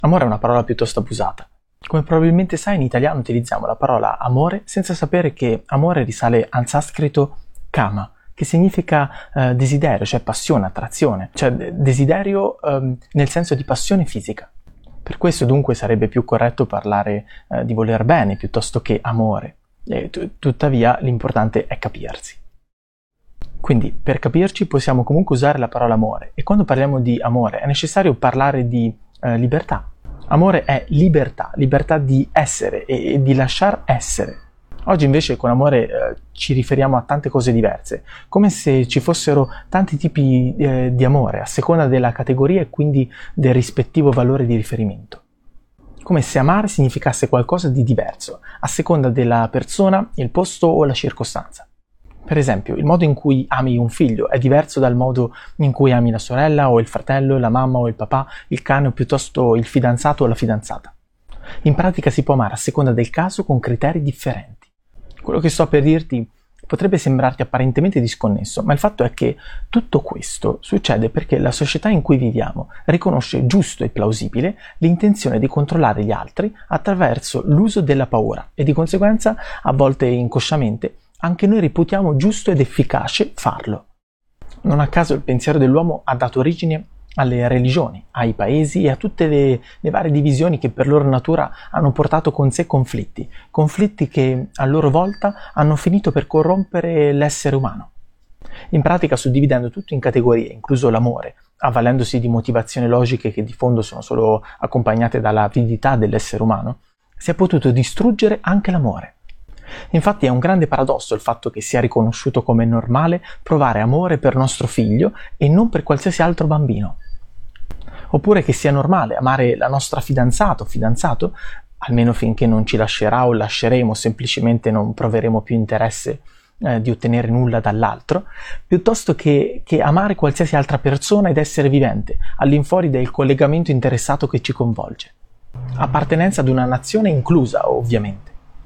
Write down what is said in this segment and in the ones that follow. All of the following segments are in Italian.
Amore è una parola piuttosto abusata. Come probabilmente sai, in italiano utilizziamo la parola amore senza sapere che amore risale al sanscrito kama, che significa desiderio, cioè passione, attrazione, cioè desiderio nel senso di passione fisica. Per questo dunque sarebbe più corretto parlare di voler bene piuttosto che amore. Tuttavia l'importante è capirsi. Quindi per capirci possiamo comunque usare la parola amore, e quando parliamo di amore è necessario parlare di libertà. Amore è libertà, libertà di essere e di lasciar essere. Oggi invece con amore ci riferiamo a tante cose diverse, come se ci fossero tanti tipi di amore a seconda della categoria e quindi del rispettivo valore di riferimento. Come se amare significasse qualcosa di diverso, a seconda della persona, il posto o la circostanza. Per esempio, il modo in cui ami un figlio è diverso dal modo in cui ami la sorella o il fratello, la mamma o il papà, il cane o piuttosto il fidanzato o la fidanzata. In pratica si può amare a seconda del caso con criteri differenti. Quello che sto per dirti potrebbe sembrarti apparentemente disconnesso, ma il fatto è che tutto questo succede perché la società in cui viviamo riconosce giusto e plausibile l'intenzione di controllare gli altri attraverso l'uso della paura e di conseguenza, a volte inconsciamente, anche noi reputiamo giusto ed efficace farlo. Non a caso il pensiero dell'uomo ha dato origine alle religioni, ai paesi e a tutte le varie divisioni che per loro natura hanno portato con sé conflitti che a loro volta hanno finito per corrompere l'essere umano. In pratica, suddividendo tutto in categorie, incluso l'amore, avvalendosi di motivazioni logiche che di fondo sono solo accompagnate dalla avidità dell'essere umano, si è potuto distruggere anche l'amore. Infatti è un grande paradosso il fatto che sia riconosciuto come normale provare amore per nostro figlio e non per qualsiasi altro bambino. Oppure che sia normale amare la nostra fidanzata o fidanzato, almeno finché non ci lascerà o lasceremo, semplicemente non proveremo più interesse di ottenere nulla dall'altro, piuttosto che amare qualsiasi altra persona ed essere vivente, all'infuori del collegamento interessato che ci coinvolge. Appartenenza ad una nazione inclusa, ovviamente.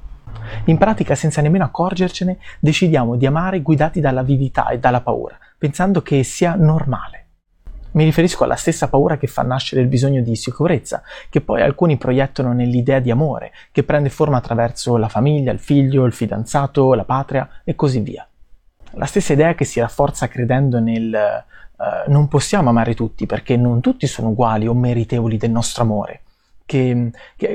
In pratica, senza nemmeno accorgercene, decidiamo di amare guidati dall'avidità e dalla paura, pensando che sia normale. Mi riferisco alla stessa paura che fa nascere il bisogno di sicurezza, che poi alcuni proiettano nell'idea di amore, che prende forma attraverso la famiglia, il figlio, il fidanzato, la patria e così via. La stessa idea che si rafforza credendo nel non possiamo amare tutti perché non tutti sono uguali o meritevoli del nostro amore, che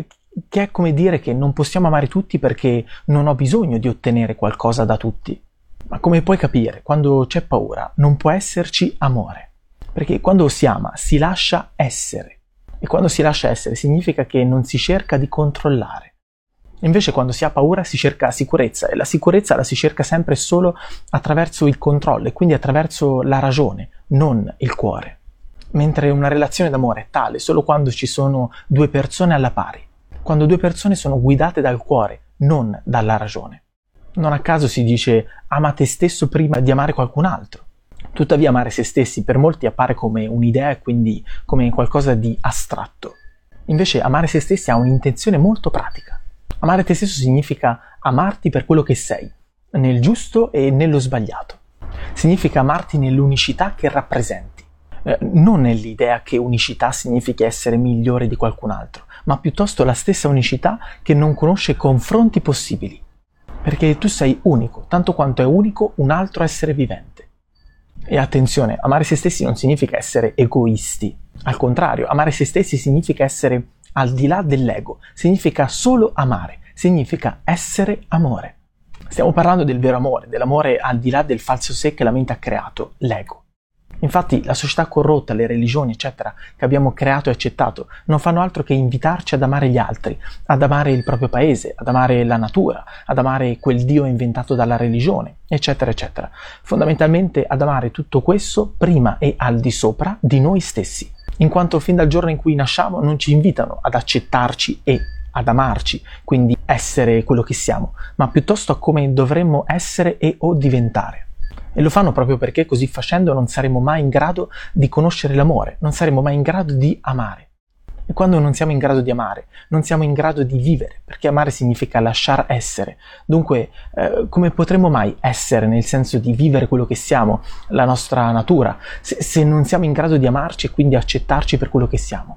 è come dire che non possiamo amare tutti perché non ho bisogno di ottenere qualcosa da tutti. Ma come puoi capire, quando c'è paura non può esserci amore, perché quando si ama si lascia essere, e quando si lascia essere significa che non si cerca di controllare. Invece quando si ha paura si cerca sicurezza, e la sicurezza la si cerca sempre solo attraverso il controllo e quindi attraverso la ragione, non il cuore. Mentre una relazione d'amore è tale solo quando ci sono due persone alla pari, quando due persone sono guidate dal cuore, non dalla ragione. Non a caso si dice ama te stesso prima di amare qualcun altro. Tuttavia amare se stessi per molti appare come un'idea e quindi come qualcosa di astratto. Invece amare se stessi ha un'intenzione molto pratica. Amare te stesso significa amarti per quello che sei, nel giusto e nello sbagliato. Significa amarti nell'unicità che rappresenti, non nell'idea che unicità significhi essere migliore di qualcun altro, ma piuttosto la stessa unicità che non conosce confronti possibili. Perché tu sei unico, tanto quanto è unico un altro essere vivente. E attenzione, amare se stessi non significa essere egoisti. Al contrario, amare se stessi significa essere al di là dell'ego, significa solo amare, significa essere amore. Stiamo parlando del vero amore, dell'amore al di là del falso sé che la mente ha creato, l'ego. Infatti la società corrotta, le religioni, eccetera, che abbiamo creato e accettato, non fanno altro che invitarci ad amare gli altri, ad amare il proprio paese, ad amare la natura, ad amare quel Dio inventato dalla religione, eccetera, eccetera. Fondamentalmente ad amare tutto questo prima e al di sopra di noi stessi, in quanto fin dal giorno in cui nasciamo non ci invitano ad accettarci e ad amarci, quindi essere quello che siamo, ma piuttosto a come dovremmo essere e o diventare. E lo fanno proprio perché così facendo non saremo mai in grado di conoscere l'amore, non saremo mai in grado di amare. E quando non siamo in grado di amare, non siamo in grado di vivere, perché amare significa lasciar essere. Dunque, come potremo mai essere nel senso di vivere quello che siamo, la nostra natura, se non siamo in grado di amarci e quindi accettarci per quello che siamo?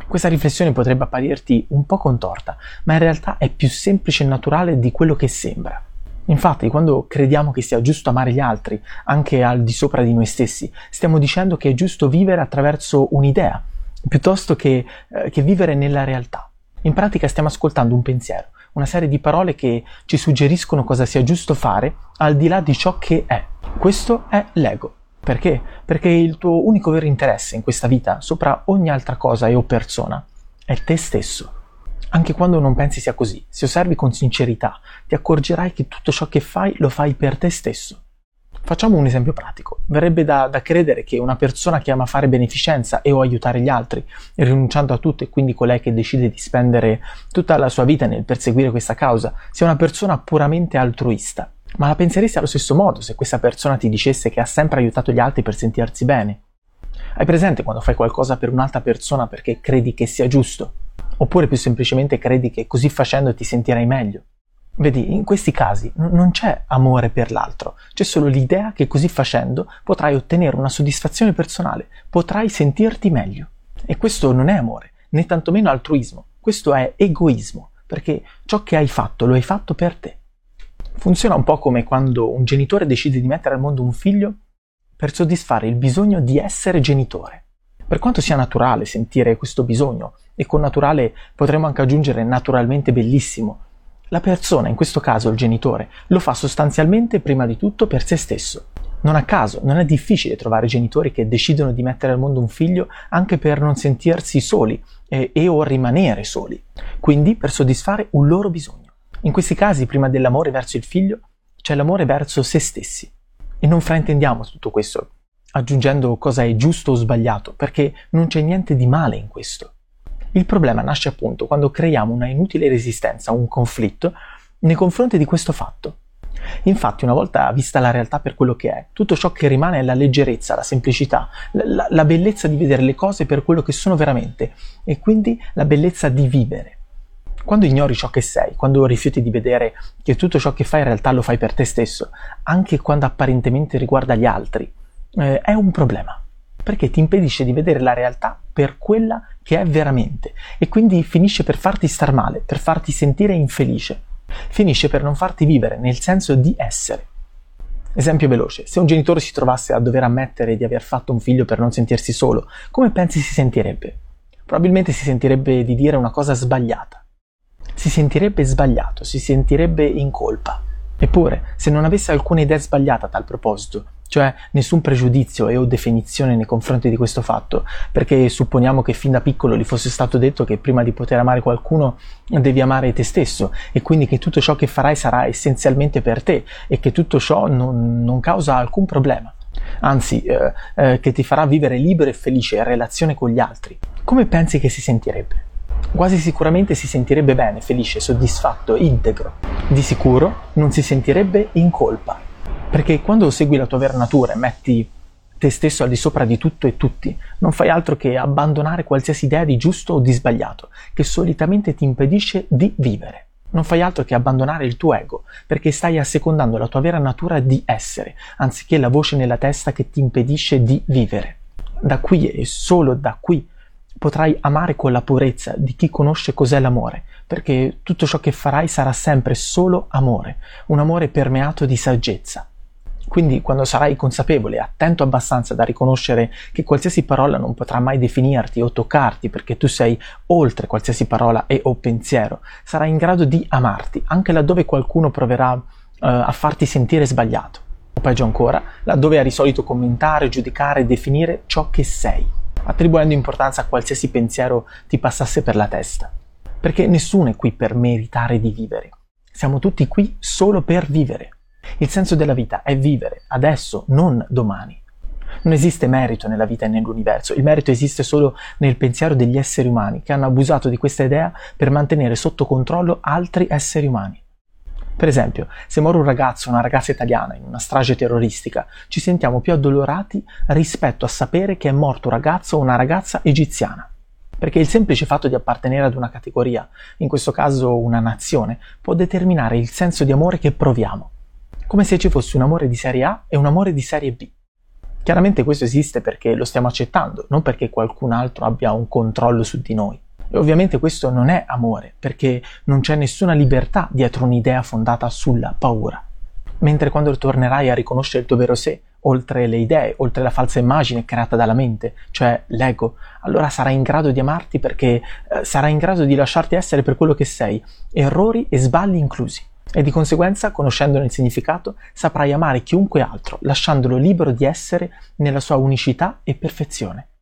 Questa riflessione potrebbe apparirti un po' contorta, ma in realtà è più semplice e naturale di quello che sembra. Infatti, quando crediamo che sia giusto amare gli altri, anche al di sopra di noi stessi, stiamo dicendo che è giusto vivere attraverso un'idea, piuttosto che vivere nella realtà. In pratica stiamo ascoltando un pensiero, una serie di parole che ci suggeriscono cosa sia giusto fare al di là di ciò che è. Questo è l'ego. Perché? Perché il tuo unico vero interesse in questa vita, sopra ogni altra cosa o persona, è te stesso. Anche quando non pensi sia così, se osservi con sincerità, ti accorgerai che tutto ciò che fai lo fai per te stesso. Facciamo un esempio pratico. Verrebbe da credere che una persona che ama fare beneficenza o aiutare gli altri, rinunciando a tutto, e quindi colei che decide di spendere tutta la sua vita nel perseguire questa causa, sia una persona puramente altruista. Ma la penseresti allo stesso modo se questa persona ti dicesse che ha sempre aiutato gli altri per sentirsi bene? Hai presente quando fai qualcosa per un'altra persona perché credi che sia giusto? Oppure più semplicemente credi che così facendo ti sentirai meglio? Vedi, in questi casi non c'è amore per l'altro, c'è solo l'idea che così facendo potrai ottenere una soddisfazione personale, potrai sentirti meglio. E questo non è amore, né tantomeno altruismo, questo è egoismo, perché ciò che hai fatto lo hai fatto per te. Funziona un po' come quando un genitore decide di mettere al mondo un figlio per soddisfare il bisogno di essere genitore. Per quanto sia naturale sentire questo bisogno, e con naturale potremmo anche aggiungere naturalmente bellissimo, la persona, in questo caso il genitore, lo fa sostanzialmente prima di tutto per se stesso. Non a caso, non è difficile trovare genitori che decidono di mettere al mondo un figlio anche per non sentirsi soli o rimanere soli, quindi per soddisfare un loro bisogno. In questi casi, prima dell'amore verso il figlio, c'è l'amore verso se stessi. E non fraintendiamo tutto questo, aggiungendo cosa è giusto o sbagliato, perché non c'è niente di male in questo. Il problema nasce appunto quando creiamo una inutile resistenza, un conflitto, nei confronti di questo fatto. Infatti, una volta vista la realtà per quello che è, tutto ciò che rimane è la leggerezza, la semplicità, la bellezza di vedere le cose per quello che sono veramente, e quindi la bellezza di vivere. Quando ignori ciò che sei, quando rifiuti di vedere che tutto ciò che fai in realtà lo fai per te stesso, anche quando apparentemente riguarda gli altri, è un problema, perché ti impedisce di vedere la realtà per quella che è veramente, e quindi finisce per farti star male, per farti sentire infelice, finisce per non farti vivere nel senso di essere. Esempio veloce, se un genitore si trovasse a dover ammettere di aver fatto un figlio per non sentirsi solo, come pensi si sentirebbe? Probabilmente si sentirebbe di dire una cosa sbagliata. Si sentirebbe sbagliato, si sentirebbe in colpa. Eppure, se non avesse alcuna idea sbagliata a tal proposito, cioè nessun pregiudizio o definizione nei confronti di questo fatto, perché supponiamo che fin da piccolo gli fosse stato detto che prima di poter amare qualcuno devi amare te stesso, e quindi che tutto ciò che farai sarà essenzialmente per te, e che tutto ciò non causa alcun problema, anzi che ti farà vivere libero e felice in relazione con gli altri, come pensi che si sentirebbe? Quasi sicuramente si sentirebbe bene, felice, soddisfatto, integro. Di sicuro non si sentirebbe in colpa, perché quando segui la tua vera natura e metti te stesso al di sopra di tutto e tutti, non fai altro che abbandonare qualsiasi idea di giusto o di sbagliato, che solitamente ti impedisce di vivere. Non fai altro che abbandonare il tuo ego, perché stai assecondando la tua vera natura di essere, anziché la voce nella testa che ti impedisce di vivere. Da qui e solo da qui potrai amare con la purezza di chi conosce cos'è l'amore, perché tutto ciò che farai sarà sempre solo amore, un amore permeato di saggezza. Quindi quando sarai consapevole e attento abbastanza da riconoscere che qualsiasi parola non potrà mai definirti o toccarti perché tu sei oltre qualsiasi parola o pensiero, sarai in grado di amarti, anche laddove qualcuno proverà a farti sentire sbagliato. O peggio ancora, laddove eri solito commentare, giudicare e definire ciò che sei, attribuendo importanza a qualsiasi pensiero ti passasse per la testa. Perché nessuno è qui per meritare di vivere. Siamo tutti qui solo per vivere. Il senso della vita è vivere, adesso, non domani. Non esiste merito nella vita e nell'universo, il merito esiste solo nel pensiero degli esseri umani che hanno abusato di questa idea per mantenere sotto controllo altri esseri umani. Per esempio, se muore un ragazzo o una ragazza italiana in una strage terroristica, ci sentiamo più addolorati rispetto a sapere che è morto un ragazzo o una ragazza egiziana. Perché il semplice fatto di appartenere ad una categoria, in questo caso una nazione, può determinare il senso di amore che proviamo, come se ci fosse un amore di serie A e un amore di serie B. Chiaramente questo esiste perché lo stiamo accettando, non perché qualcun altro abbia un controllo su di noi. E ovviamente questo non è amore, perché non c'è nessuna libertà dietro un'idea fondata sulla paura. Mentre quando tornerai a riconoscere il tuo vero sé, oltre le idee, oltre la falsa immagine creata dalla mente, cioè l'ego, allora sarai in grado di amarti perché sarai in grado di lasciarti essere per quello che sei, errori e sbagli inclusi. E di conseguenza, conoscendone il significato, saprai amare chiunque altro, lasciandolo libero di essere nella sua unicità e perfezione.